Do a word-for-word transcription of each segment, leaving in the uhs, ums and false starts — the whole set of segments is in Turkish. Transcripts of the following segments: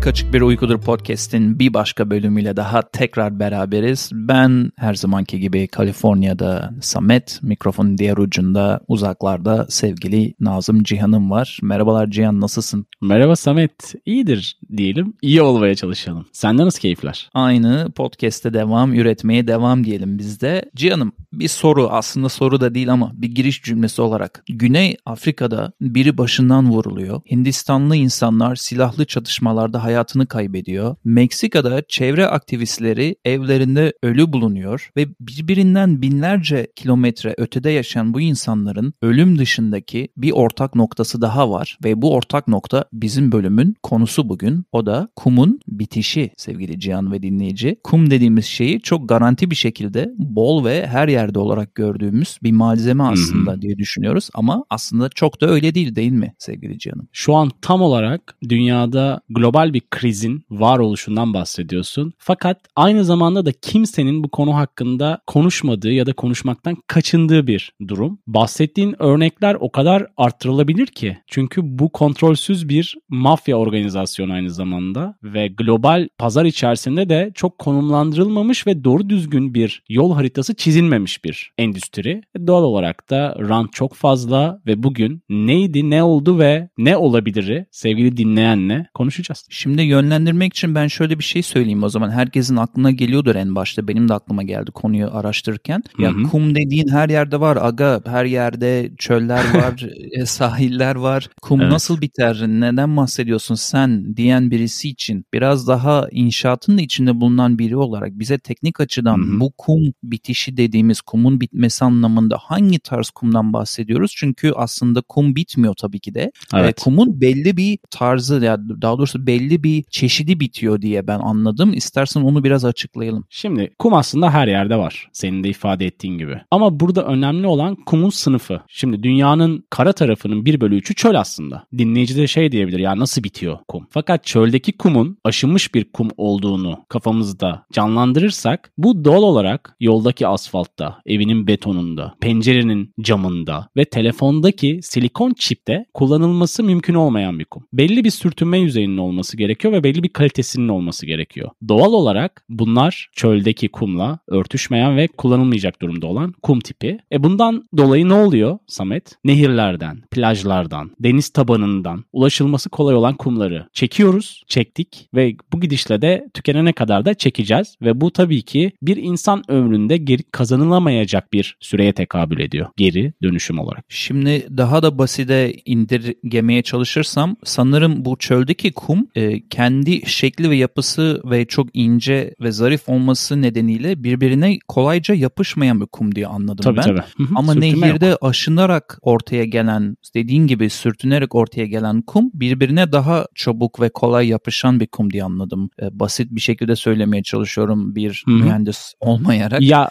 Açık Bir Uykudur Podcast'in bir başka bölümüyle daha tekrar beraberiz. Ben her zamanki gibi Kaliforniya'da Samet, mikrofonun diğer ucunda uzaklarda sevgili Nazım Cihan'ım var. Merhabalar Cihan, nasılsın? Merhaba Samet, iyidir diyelim, iyi olmaya çalışalım. Senden nasıl keyifler? Aynı, podcast'te devam, üretmeye devam diyelim biz de. Cihan'ım, bir soru, aslında soru da değil ama bir giriş cümlesi olarak. Güney Afrika'da biri başından vuruluyor. Hindistanlı insanlar silahlı çatışmalarda hayatını kaybediyor. Meksika'da çevre aktivistleri evlerinde ölü bulunuyor ve birbirinden binlerce kilometre ötede yaşayan bu insanların ölüm dışındaki bir ortak noktası daha var ve bu ortak nokta bizim bölümün konusu bugün. O da kumun bitişi sevgili Cihan ve dinleyici. Kum dediğimiz şeyi çok garanti bir şekilde bol ve her yerde olarak gördüğümüz bir malzeme aslında Hı-hı. diye düşünüyoruz ama aslında çok da öyle değil, değil mi sevgili Cihan'ım? Şu an tam olarak dünyada global bir krizin varoluşundan bahsediyorsun. Fakat aynı zamanda da kimsenin bu konu hakkında konuşmadığı ya da konuşmaktan kaçındığı bir durum. Bahsettiğin örnekler o kadar arttırılabilir ki. Çünkü bu kontrolsüz bir mafya organizasyonu aynı zamanda ve global pazar içerisinde de çok konumlandırılmamış ve doğru düzgün bir yol haritası çizilmemiş bir endüstri. Doğal olarak da rant çok fazla ve bugün neydi, ne oldu ve ne olabiliri sevgili dinleyenle konuşacağız. Şimdi yönlendirmek için ben şöyle bir şey söyleyeyim o zaman. Herkesin aklına geliyordur en başta. Benim de aklıma geldi konuyu araştırırken. Ya Hı-hı. kum dediğin her yerde var aga. Her yerde çöller var, sahiller var. Kum evet. nasıl biter? Neden bahsediyorsun sen diyen birisi için biraz daha inşaatın da içinde bulunan biri olarak bize teknik açıdan Hı-hı. bu kum bitişi dediğimiz kumun bitmesi anlamında hangi tarz kumdan bahsediyoruz? Çünkü aslında kum bitmiyor tabii ki de. Evet. E, kumun belli bir tarzı ya daha doğrusu belli bir çeşidi bitiyor diye ben anladım. İstersen onu biraz açıklayalım. Şimdi kum aslında her yerde var. Senin de ifade ettiğin gibi. Ama burada önemli olan kumun sınıfı. Şimdi dünyanın kara tarafının bir bölü üçü çöl aslında. Dinleyici de şey diyebilir ya nasıl bitiyor kum? Fakat çöldeki kumun aşınmış bir kum olduğunu kafamızda canlandırırsak bu doğal olarak yoldaki asfaltta, evinin betonunda, pencerenin camında ve telefondaki silikon çipte kullanılması mümkün olmayan bir kum. Belli bir sürtünme yüzeyinin olması gerekiyor ve belli bir kalitesinin olması gerekiyor. Doğal olarak bunlar çöldeki kumla örtüşmeyen ve kullanılmayacak durumda olan kum tipi. E bundan dolayı ne oluyor Samet? Nehirlerden, plajlardan, deniz tabanından ulaşılması kolay olan kumları çekiyoruz, çektik ve bu gidişle de tükenene kadar da çekeceğiz ve bu tabii ki bir insan ömründe geri kazanılamayacak bir süreye tekabül ediyor. Geri dönüşüm olarak. Şimdi daha da basite indirgemeye çalışırsam sanırım bu çöldeki kum e, kendi şekli ve yapısı ve çok ince ve zarif olması nedeniyle birbirine kolayca yapışmayan bir kum diye anladım tabii, ben. Tabii. Ama nehirde yok. Aşınarak ortaya gelen, dediğin gibi sürtünerek ortaya gelen kum birbirine daha çabuk ve kolay yapışan bir kum diye anladım. E, basit bir şekilde söylemeye çalışıyorum bir Hı-hı. mühendis olmayarak. Ya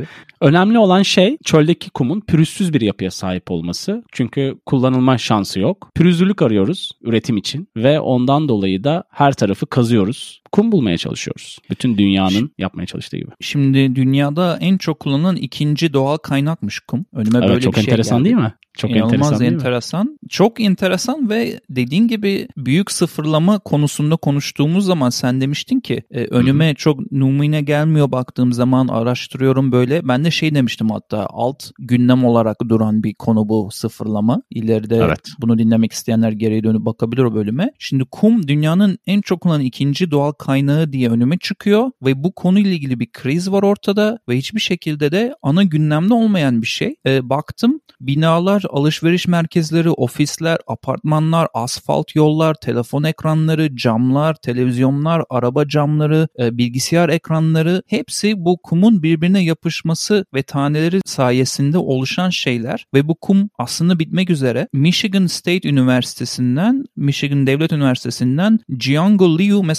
önemli olan şey çöldeki kumun pürüzsüz bir yapıya sahip olması. Çünkü kullanılma şansı yok. Pürüzlülük arıyoruz üretim için ve ondan dolayı da her tarafı kazıyoruz. Kum bulmaya çalışıyoruz. Bütün dünyanın yapmaya çalıştığı gibi. Şimdi dünyada en çok kullanılan ikinci doğal kaynakmış kum. Önüme evet, böyle çok bir şey enteresan geldi. değil mi? Çok İnanılmaz enteresan değil enteresan. mi? Çok enteresan ve dediğin gibi büyük sıfırlama konusunda konuştuğumuz zaman sen demiştin ki e, önüme Hı-hı. çok numune gelmiyor baktığım zaman araştırıyorum böyle. Ben de şey demiştim hatta alt gündem olarak duran bir konu bu sıfırlama. İleride evet. bunu dinlemek isteyenler geriye dönüp bakabilir o bölüme. Şimdi kum dünyanın en çok kullanılan ikinci doğal kaynağı diye önüme çıkıyor ve bu konuyla ilgili bir kriz var ortada ve hiçbir şekilde de ana gündemde olmayan bir şey. E, baktım binalar, alışveriş merkezleri, ofisler, apartmanlar, asfalt yollar, telefon ekranları, camlar, televizyonlar, araba camları, e, bilgisayar ekranları hepsi bu kumun birbirine yapışması ve taneleri sayesinde oluşan şeyler ve bu kum aslında bitmek üzere. Michigan State Üniversitesi'nden, Michigan Devlet Üniversitesi'nden Jiangu Liu mesela şöyle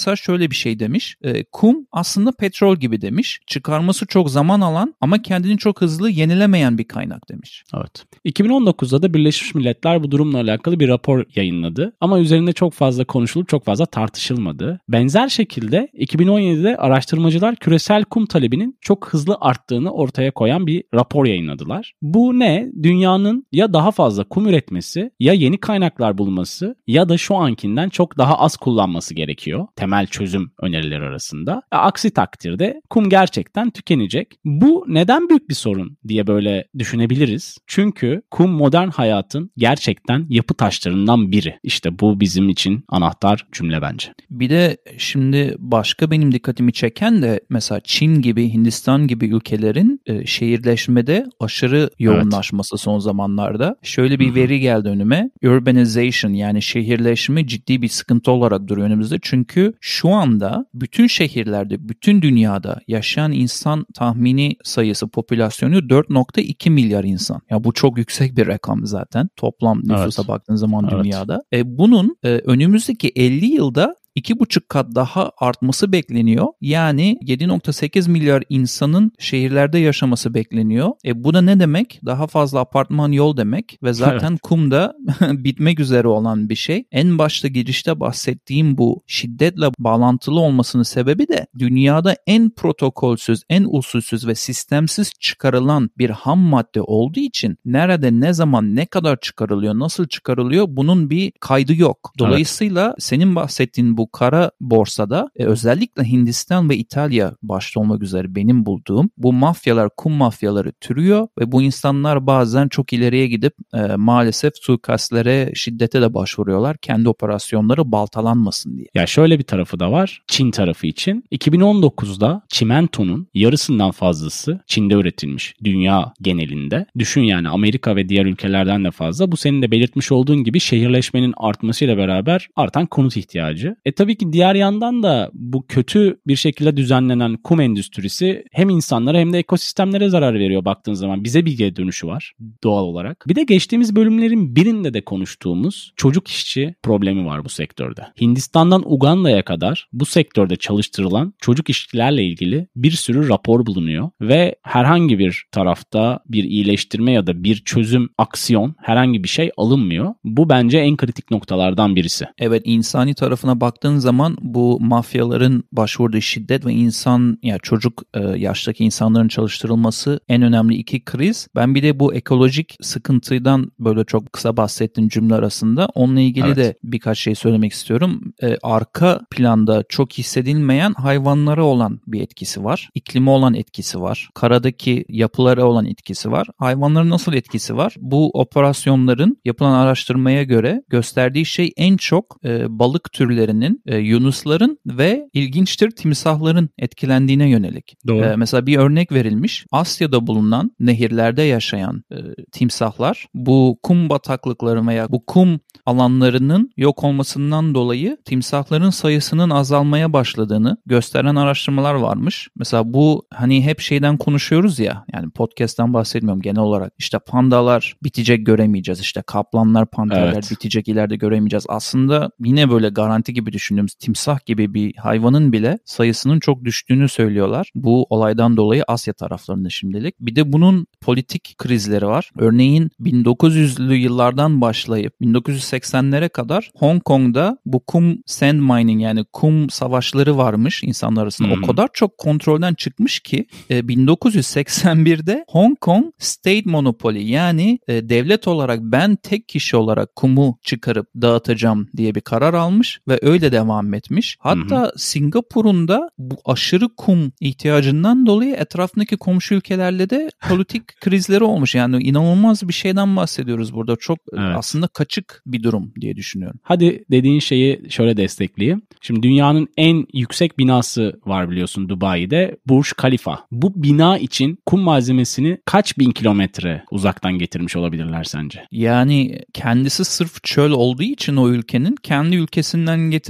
şöyle bir şey demiş. E, kum aslında petrol gibi demiş. Çıkarması çok zaman alan ama kendini çok hızlı yenilemeyen bir kaynak demiş. Evet. iki bin on dokuzda da Birleşmiş Milletler bu durumla alakalı bir rapor yayınladı. Ama üzerinde çok fazla konuşulup çok fazla tartışılmadı. Benzer şekilde iki bin on yedide araştırmacılar küresel kum talebinin çok hızlı arttığını ortaya koyan bir rapor yayınladılar. Bu ne? Dünyanın ya daha fazla kum üretmesi, ya yeni kaynaklar bulması ya da şu ankinden çok daha az kullanması gerekiyor. Temel çözüm önerileri arasında. Aksi takdirde kum gerçekten tükenecek. Bu neden büyük bir sorun diye böyle düşünebiliriz. Çünkü kum modern hayatın gerçekten yapı taşlarından biri. İşte bu bizim için anahtar cümle bence. Bir de şimdi başka benim dikkatimi çeken de mesela Çin gibi, Hindistan gibi ülkelerin e, şehirleşmede aşırı yoğunlaşması evet. son zamanlarda. Şöyle bir Hı-hı. veri geldi önüme. Urbanization yani şehirleşme ciddi bir sıkıntı olarak duruyor önümüzde. Çünkü şu anda bütün şehirlerde, bütün dünyada yaşayan insan tahmini sayısı, popülasyonu dört nokta iki milyar insan. Ya bu çok yüksek bir rakam zaten. Toplam nüfusa evet. baktığın zaman evet. dünyada. E, bunun e, önümüzdeki elli yılda iki buçuk kat daha artması bekleniyor. Yani yedi nokta sekiz milyar insanın şehirlerde yaşaması bekleniyor. E bu da ne demek? Daha fazla apartman, yol demek ve zaten evet. kum da bitmek üzere olan bir şey. En başta girişte bahsettiğim bu şiddetle bağlantılı olmasının sebebi de dünyada en protokolsüz, en usulsüz ve sistemsiz çıkarılan bir ham madde olduğu için nerede, ne zaman, ne kadar çıkarılıyor, nasıl çıkarılıyor bunun bir kaydı yok. Dolayısıyla evet. senin bahsettiğin bu kara borsada e, özellikle Hindistan ve İtalya başta olmak üzere benim bulduğum bu mafyalar, kum mafyaları türüyor ve bu insanlar bazen çok ileriye gidip e, maalesef suikastlere, şiddete de başvuruyorlar. Kendi operasyonları baltalanmasın diye. Ya şöyle bir tarafı da var Çin tarafı için. iki bin on dokuzda çimentonun yarısından fazlası Çin'de üretilmiş dünya genelinde. Düşün yani Amerika ve diğer ülkelerden de fazla. Bu senin de belirtmiş olduğun gibi şehirleşmenin artmasıyla beraber artan konut ihtiyacı. E tabii ki diğer yandan da bu kötü bir şekilde düzenlenen kum endüstrisi hem insanlara hem de ekosistemlere zarar veriyor baktığın zaman. Bize bir geri dönüşü var doğal olarak. Bir de geçtiğimiz bölümlerin birinde de konuştuğumuz çocuk işçi problemi var bu sektörde. Hindistan'dan Uganda'ya kadar bu sektörde çalıştırılan çocuk işçilerle ilgili bir sürü rapor bulunuyor ve herhangi bir tarafta bir iyileştirme ya da bir çözüm, aksiyon herhangi bir şey alınmıyor. Bu bence en kritik noktalardan birisi. Evet, insani tarafına baktığın zaman bu mafyaların başvurduğu şiddet ve insan ya yani çocuk e, yaştaki insanların çalıştırılması en önemli iki kriz. Ben bir de bu ekolojik sıkıntıdan böyle çok kısa bahsettiğim cümle arasında onunla ilgili evet. de birkaç şey söylemek istiyorum. E, arka planda çok hissedilmeyen hayvanlara olan bir etkisi var. İklime olan etkisi var. Karadaki yapılara olan etkisi var. Hayvanların nasıl etkisi var? Bu operasyonların yapılan araştırmaya göre gösterdiği şey en çok e, balık türlerinin, e, yunusların ve ilginçtir timsahların etkilendiğine yönelik. Doğru. E, mesela bir örnek verilmiş. Asya'da bulunan nehirlerde yaşayan e, timsahlar bu kum bataklıkları veya bu kum alanlarının yok olmasından dolayı timsahların sayısının azalmaya başladığını gösteren araştırmalar varmış. Mesela bu hani hep şeyden konuşuyoruz ya, yani podcast'tan bahsetmiyorum genel olarak. İşte pandalar bitecek, göremeyeceğiz. İşte kaplanlar, panterler evet. bitecek, ileride göremeyeceğiz. Aslında yine böyle garanti gibi düşündüğümüz timsah gibi bir hayvanın bile sayısının çok düştüğünü söylüyorlar. Bu olaydan dolayı Asya taraflarında şimdilik. Bir de bunun politik krizleri var. Örneğin bin dokuz yüzlü yıllardan başlayıp bin dokuz yüz seksenlere kadar Hong Kong'da bu kum sand mining yani kum savaşları varmış insanlar arasında. Hmm. O kadar çok kontrolden çıkmış ki e, bin dokuz yüz seksen birde Hong Kong State Monopoly yani e, devlet olarak ben tek kişi olarak kumu çıkarıp dağıtacağım diye bir karar almış ve öyle devam etmiş. Hatta hmm. Singapur'un da bu aşırı kum ihtiyacından dolayı etrafındaki komşu ülkelerle de politik krizleri olmuş. Yani inanılmaz bir şeyden bahsediyoruz burada. Çok evet. aslında kaçık bir durum diye düşünüyorum. Hadi dediğin şeyi şöyle destekleyeyim. Şimdi dünyanın en yüksek binası var biliyorsun Dubai'de. Burj Khalifa. Bu bina için kum malzemesini kaç bin kilometre uzaktan getirmiş olabilirler sence? Yani kendisi sırf çöl olduğu için o ülkenin kendi ülkesinden getirmiyor.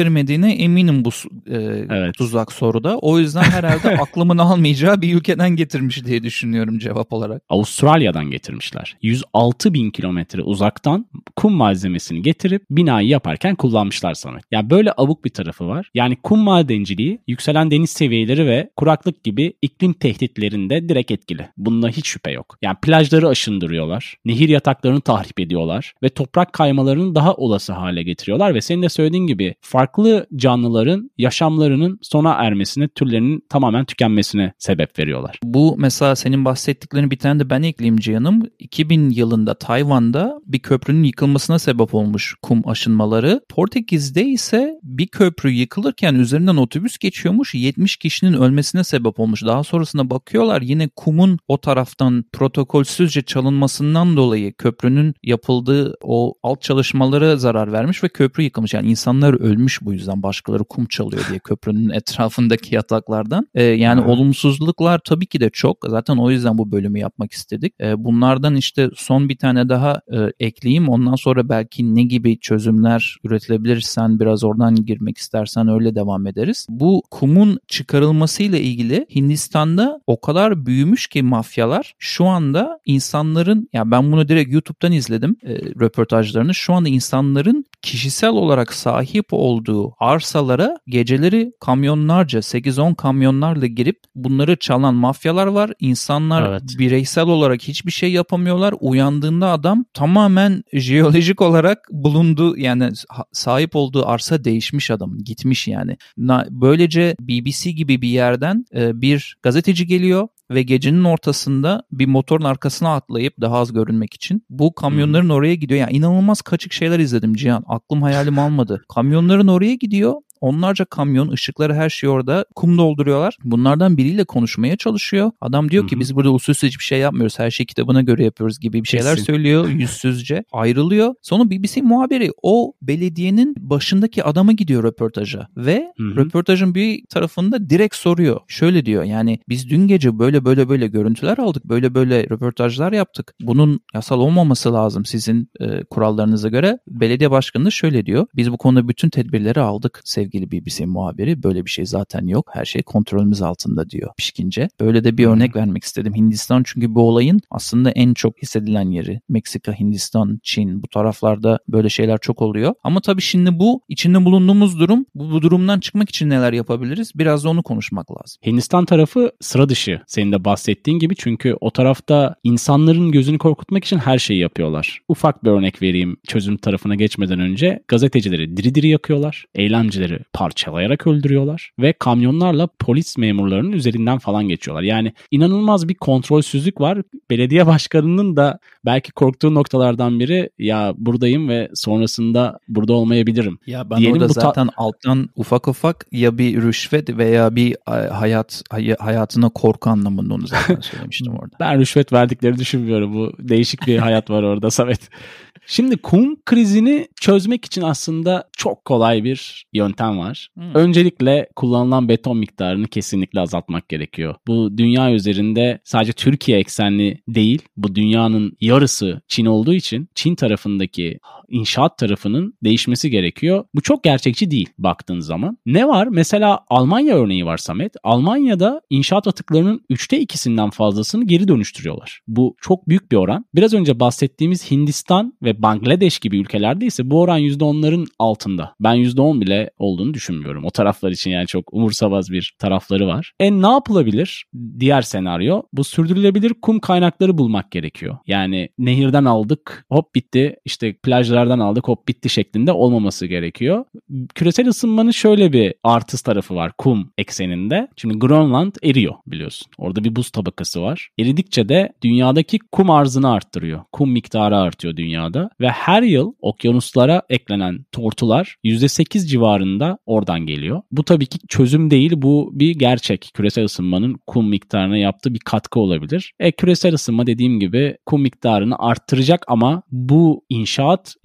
getirmediğine eminim bu e, evet. tuzak soruda. O yüzden herhalde aklımın almayacağı bir ülkeden getirmiş diye düşünüyorum cevap olarak. Avustralya'dan getirmişler. yüz altı bin kilometre uzaktan kum malzemesini getirip binayı yaparken kullanmışlar Samet. Yani böyle abuk bir tarafı var. Yani kum madenciliği yükselen deniz seviyeleri ve kuraklık gibi iklim tehditlerinde direkt etkili. Bunda hiç şüphe yok. Yani plajları aşındırıyorlar, nehir yataklarını tahrip ediyorlar ve toprak kaymalarını daha olası hale getiriyorlar ve senin de söylediğin gibi farklı canlıların yaşamlarının sona ermesine, türlerinin tamamen tükenmesine sebep veriyorlar. Bu mesela senin bahsettiklerini bir tane de ben ekleyeyim Cihan'ım. iki bin yılında Tayvan'da bir köprünün yıkılmasına sebep olmuş kum aşınmaları. Portekiz'de ise bir köprü yıkılırken üzerinden otobüs geçiyormuş, yetmiş kişinin ölmesine sebep olmuş. Daha sonrasında bakıyorlar yine kumun o taraftan protokolsüzce çalınmasından dolayı köprünün yapıldığı o alt çalışmalara zarar vermiş ve köprü yıkılmış. Yani insanlar ölmüş bu yüzden, başkaları kum çalıyor diye köprünün etrafındaki yataklardan. Ee, yani hmm. olumsuzluklar tabii ki de çok. Zaten o yüzden bu bölümü yapmak istedik. Ee, bunlardan işte son bir tane daha e, ekleyeyim. Ondan sonra belki ne gibi çözümler üretilebilirsen biraz oradan girmek istersen öyle devam ederiz. Bu kumun çıkarılmasıyla ilgili Hindistan'da o kadar büyümüş ki mafyalar şu anda insanların, ya ben bunu direkt YouTube'dan izledim e, röportajlarını. Şu anda insanların kişisel olarak sahip olduğu arsalara geceleri kamyonlarca, sekiz on kamyonlarla girip bunları çalan mafyalar var. İnsanlar evet. bireysel olarak hiçbir şey yapamıyorlar. Uyandığında adam tamamen jeolojik olarak bulunduğu, yani sahip olduğu arsa değişmiş, adam gitmiş yani. Böylece B B C gibi bir yerden bir gazeteci geliyor ve gecenin ortasında bir motorun arkasına atlayıp daha az görünmek için bu kamyonların hmm. oraya gidiyor. Yani inanılmaz kaçık şeyler izledim Cihan. Aklım hayalim almadı. Kamyonların oraya gidiyor. Onlarca kamyon, ışıkları, her şey orada. Kum dolduruyorlar. Bunlardan biriyle konuşmaya çalışıyor. Adam diyor ki Hı-hı. biz burada usulsüz hiçbir şey yapmıyoruz. Her şeyi kitabına göre yapıyoruz gibi bir şeyler Kesin. söylüyor. Yüzsüzce ayrılıyor. Sonra B B C muhabiri o belediyenin başındaki adama gidiyor röportaja. Ve Hı-hı. röportajın bir tarafında direkt soruyor. Şöyle diyor, yani biz dün gece böyle böyle böyle görüntüler aldık. Böyle böyle röportajlar yaptık. Bunun yasal olmaması lazım sizin e, kurallarınıza göre. Belediye başkanı da şöyle diyor. Biz bu konuda bütün tedbirleri aldık sevgili sevgili B B C muhabiri. Böyle bir şey zaten yok. Her şey kontrolümüz altında diyor pişkince. Böyle de bir hmm. örnek vermek istedim. Hindistan çünkü bu olayın aslında en çok hissedilen yeri. Meksika, Hindistan, Çin, bu taraflarda böyle şeyler çok oluyor. Ama tabii şimdi bu içinde bulunduğumuz durum, bu, bu durumdan çıkmak için neler yapabiliriz? Biraz da onu konuşmak lazım. Hindistan tarafı sıra dışı senin de bahsettiğin gibi, çünkü o tarafta insanların gözünü korkutmak için her şeyi yapıyorlar. Ufak bir örnek vereyim çözüm tarafına geçmeden önce. Gazetecileri diri diri yakıyorlar. Eylemcileri parçalayarak öldürüyorlar ve kamyonlarla polis memurlarının üzerinden falan geçiyorlar. Yani inanılmaz bir kontrolsüzlük var. Belediye başkanının da belki korktuğu noktalardan biri, ya buradayım ve sonrasında burada olmayabilirim. Ya ben Diyelim orada ta- zaten alttan ufak ufak ya bir rüşvet veya bir hayat hay- hayatına korku anlamında onu zaten söylemiştim orada. Ben rüşvet verdiklerini düşünmüyorum. Bu değişik bir hayat var orada Samet. Şimdi kum krizini çözmek için aslında çok kolay bir yöntem var. Hmm. Öncelikle kullanılan beton miktarını kesinlikle azaltmak gerekiyor. Bu dünya üzerinde sadece Türkiye eksenli değil, bu dünyanın yarısı Çin olduğu için Çin tarafındaki inşaat tarafının değişmesi gerekiyor. Bu çok gerçekçi değil baktığın zaman. Ne var? Mesela Almanya örneği var Samet. Almanya'da inşaat atıklarının üçte ikisinden fazlasını geri dönüştürüyorlar. Bu çok büyük bir oran. Biraz önce bahsettiğimiz Hindistan ve Bangladeş gibi ülkelerde ise bu oran yüzde onların altında. Ben yüzde on bile olduğunu düşünmüyorum. O taraflar için yani çok umursamaz bir tarafları var. E ne yapılabilir? Diğer senaryo, bu sürdürülebilir kum kaynakları bulmak gerekiyor. Yani nehirden aldık, hop bitti. İşte plajlardan aldık, hop bitti şeklinde olmaması gerekiyor. Küresel ısınmanın şöyle bir artı tarafı var kum ekseninde. Şimdi Grönland eriyor biliyorsun. Orada bir buz tabakası var. Eridikçe de dünyadaki kum arzını arttırıyor. Kum miktarı artıyor dünyada. Ve her yıl okyanuslara eklenen tortular yüzde sekiz civarında oradan geliyor. Bu tabii ki çözüm değil, bu bir gerçek. Küresel ısınmanın kum miktarına yaptığı bir katkı olabilir. E küresel ısınma dediğim gibi kum miktarını arttıracak ama bu inşaat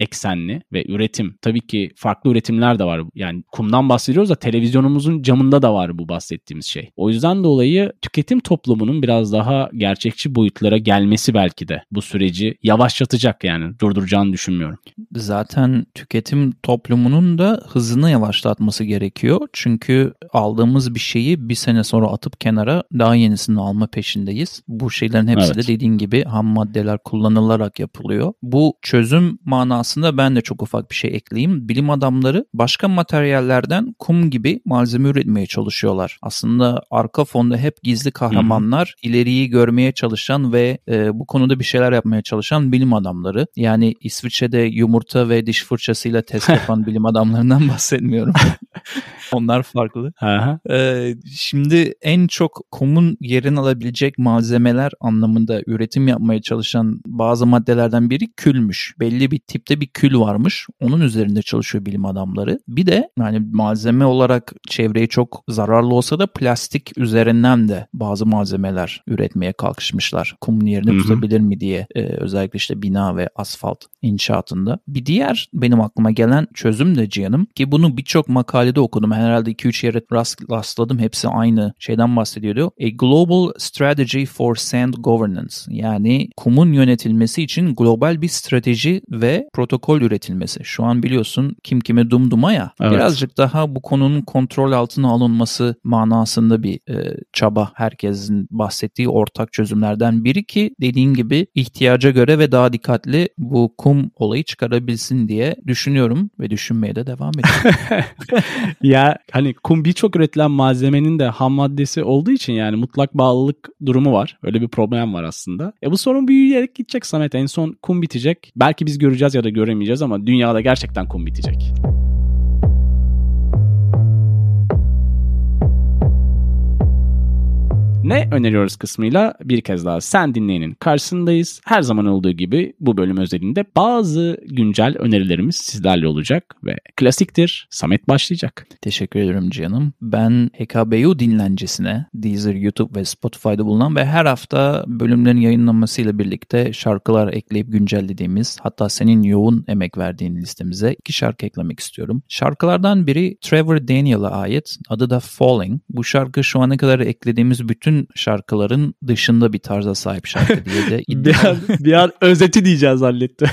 eksenli ve üretim. Tabii ki farklı üretimler de var. Yani kumdan bahsediyoruz da televizyonumuzun camında da var bu bahsettiğimiz şey. O yüzden dolayı tüketim toplumunun biraz daha gerçekçi boyutlara gelmesi belki de bu süreci yavaşlatacak, yani durduracağını düşünmüyorum. Zaten tüketim toplumunun da hızını yavaşlatması gerekiyor. Çünkü aldığımız bir şeyi bir sene sonra atıp kenara daha yenisini alma peşindeyiz. Bu şeylerin hepsi evet. de dediğin gibi ham maddeler kullanılarak yapılıyor. Bu çözüm manasında ben de çok ufak bir şey ekleyeyim. Bilim adamları başka materyallerden kum gibi malzeme üretmeye çalışıyorlar. Aslında arka fonda hep gizli kahramanlar, Hı-hı. ileriyi görmeye çalışan ve e, bu konuda bir şeyler yapmaya çalışan bilim adamları. Yani İsviçre'de yumurta ve diş fırçasıyla test yapan bilim adamlarından bahsetmiyorum. Onlar farklı. Ee, şimdi en çok kumun yerini alabilecek malzemeler anlamında üretim yapmaya çalışan bazı maddelerden biri külmüş. Belli bir tipte bir kül varmış. Onun üzerinde çalışıyor bilim adamları. Bir de yani malzeme olarak çevreye çok zararlı olsa da plastik üzerinden de bazı malzemeler üretmeye kalkışmışlar. Kumun yerini Hı-hı. tutabilir mi diye. Ee, özellikle işte bina ve asfalt inşaatında. Bir diğer benim aklıma gelen çözüm de Cihan'ım ki bunu birçok makalede okudum. Herhalde iki üç yere rast, rastladım. Hepsi aynı şeyden bahsediyordu. A Global Strategy for Sand Governance. Yani kumun yönetilmesi için global bir strateji ve protokol üretilmesi. Şu an biliyorsun kim kime dumduma ya. Evet. Birazcık daha bu konunun kontrol altına alınması manasında bir e, çaba. Herkesin bahsettiği ortak çözümlerden biri ki dediğin gibi ihtiyaca göre ve daha dikkatli bu kum olayı çıkarabilsin diye düşünüyorum ve düşünmeye de devam ediyorum. Ya hani kum birçok üretilen malzemenin de ham maddesi olduğu için yani mutlak bağlılık durumu var. Öyle bir problem var aslında. E bu sorun büyüyerek gidecek Samet. En son kum bitecek. Belki biz göreceğiz ya da göremeyeceğiz ama dünyada gerçekten kum bitecek. Ne öneriyoruz kısmıyla bir kez daha sen dinleyenin karşısındayız. Her zaman olduğu gibi bu bölüm özelinde bazı güncel önerilerimiz sizlerle olacak ve klasiktir. Samet başlayacak. Teşekkür ederim Cihan'ım. Ben H K B U dinlencesine Deezer, YouTube ve Spotify'da bulunan ve her hafta bölümlerin yayınlanmasıyla birlikte şarkılar ekleyip güncellediğimiz, hatta senin yoğun emek verdiğin listemize iki şarkı eklemek istiyorum. Şarkılardan biri Trevor Daniel'a ait. Adı da Falling. Bu şarkı şu ana kadar eklediğimiz bütün şarkıların dışında bir tarza sahip şarkı diye de iddia. bir, an, bir an özeti diyeceğiz zannettim.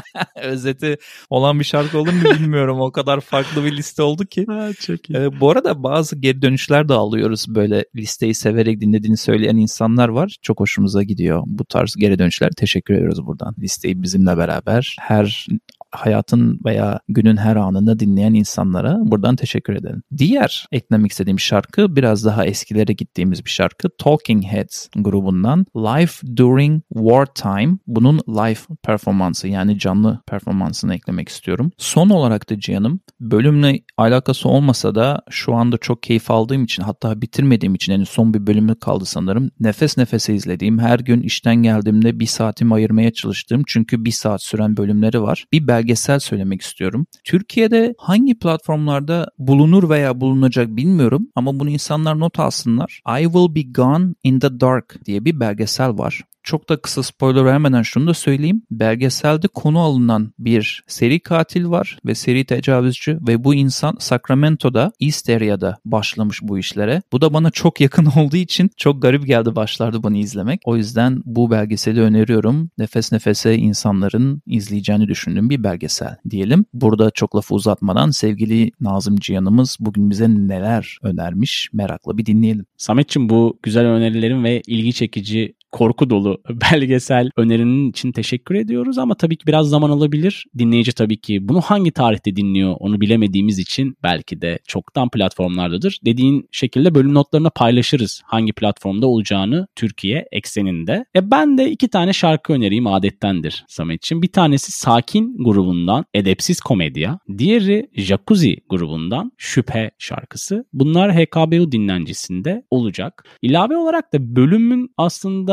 Özeti olan bir şarkı olur mu bilmiyorum. O kadar farklı bir liste oldu ki. Ha, çok iyi. Ee, bu arada bazı geri dönüşler de alıyoruz. Böyle listeyi severek dinlediğini söyleyen insanlar var. Çok hoşumuza gidiyor bu tarz geri dönüşler. Teşekkür ediyoruz buradan. Listeyi bizimle beraber her hayatın veya günün her anında dinleyen insanlara buradan teşekkür edelim. Diğer eklemek istediğim şarkı biraz daha eskilere gittiğimiz bir şarkı. Talking Heads grubundan Life During Wartime. Bunun live performansı yani canlı performansını eklemek istiyorum. Son olarak da Cihan'ım bölümle alakası olmasa da şu anda çok keyif aldığım için, hatta bitirmediğim için, yani son bir bölümü kaldı sanırım. Nefes nefese izlediğim, her gün işten geldiğimde bir saatimi ayırmaya çalıştığım, çünkü bir saat süren bölümleri var. Bir belgesel söylemek istiyorum. Türkiye'de hangi platformlarda bulunur veya bulunacak bilmiyorum ama bunu insanlar not alsınlar. I Will Be Gone in the Dark diye bir belgesel var. Çok da kısa spoiler vermeden şunu da söyleyeyim. Belgeselde konu alınan bir seri katil var ve seri tecavüzcü ve bu insan Sacramento'da, East Area'da başlamış bu işlere. Bu da bana çok yakın olduğu için çok garip geldi başlarda bunu izlemek. O yüzden bu belgeseli öneriyorum. Nefes nefese insanların izleyeceğini düşündüğüm bir belgesel diyelim. Burada çok lafı uzatmadan sevgili Nazım Cihan'ımız bugün bize neler önermiş, merakla bir dinleyelim. Samet'ciğim, bu güzel önerilerin ve ilgi çekici, korku dolu belgesel önerinin için teşekkür ediyoruz ama tabii ki biraz zaman alabilir. Dinleyici tabii ki bunu hangi tarihte dinliyor onu bilemediğimiz için belki de çoktan platformlardadır. Dediğin şekilde bölüm notlarına paylaşırız hangi platformda olacağını Türkiye ekseninde. E ben de iki tane şarkı önereyim, adettendir Samet'ciğim. Bir tanesi Sakin grubundan Edepsiz Komedya. Diğeri Jacuzzi grubundan Şüphe şarkısı. Bunlar H K B U dinlencisinde olacak. İlave olarak da bölümün aslında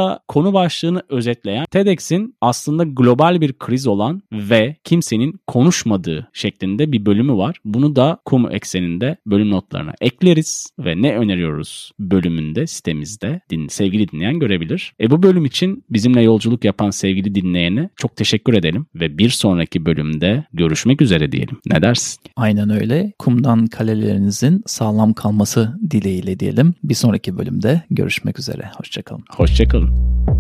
burada konu başlığını özetleyen TEDx'in aslında global bir kriz olan ve kimsenin konuşmadığı şeklinde bir bölümü var. Bunu da Kumu ekseninde bölüm notlarına ekleriz ve ne öneriyoruz bölümünde sitemizde din, sevgili dinleyen görebilir. E bu bölüm için bizimle yolculuk yapan sevgili dinleyene çok teşekkür edelim ve bir sonraki bölümde görüşmek üzere diyelim. Ne dersin? Aynen öyle. Kumdan kalelerinizin sağlam kalması dileğiyle diyelim. Bir sonraki bölümde görüşmek üzere. Hoşçakalın. Hoşçakalın.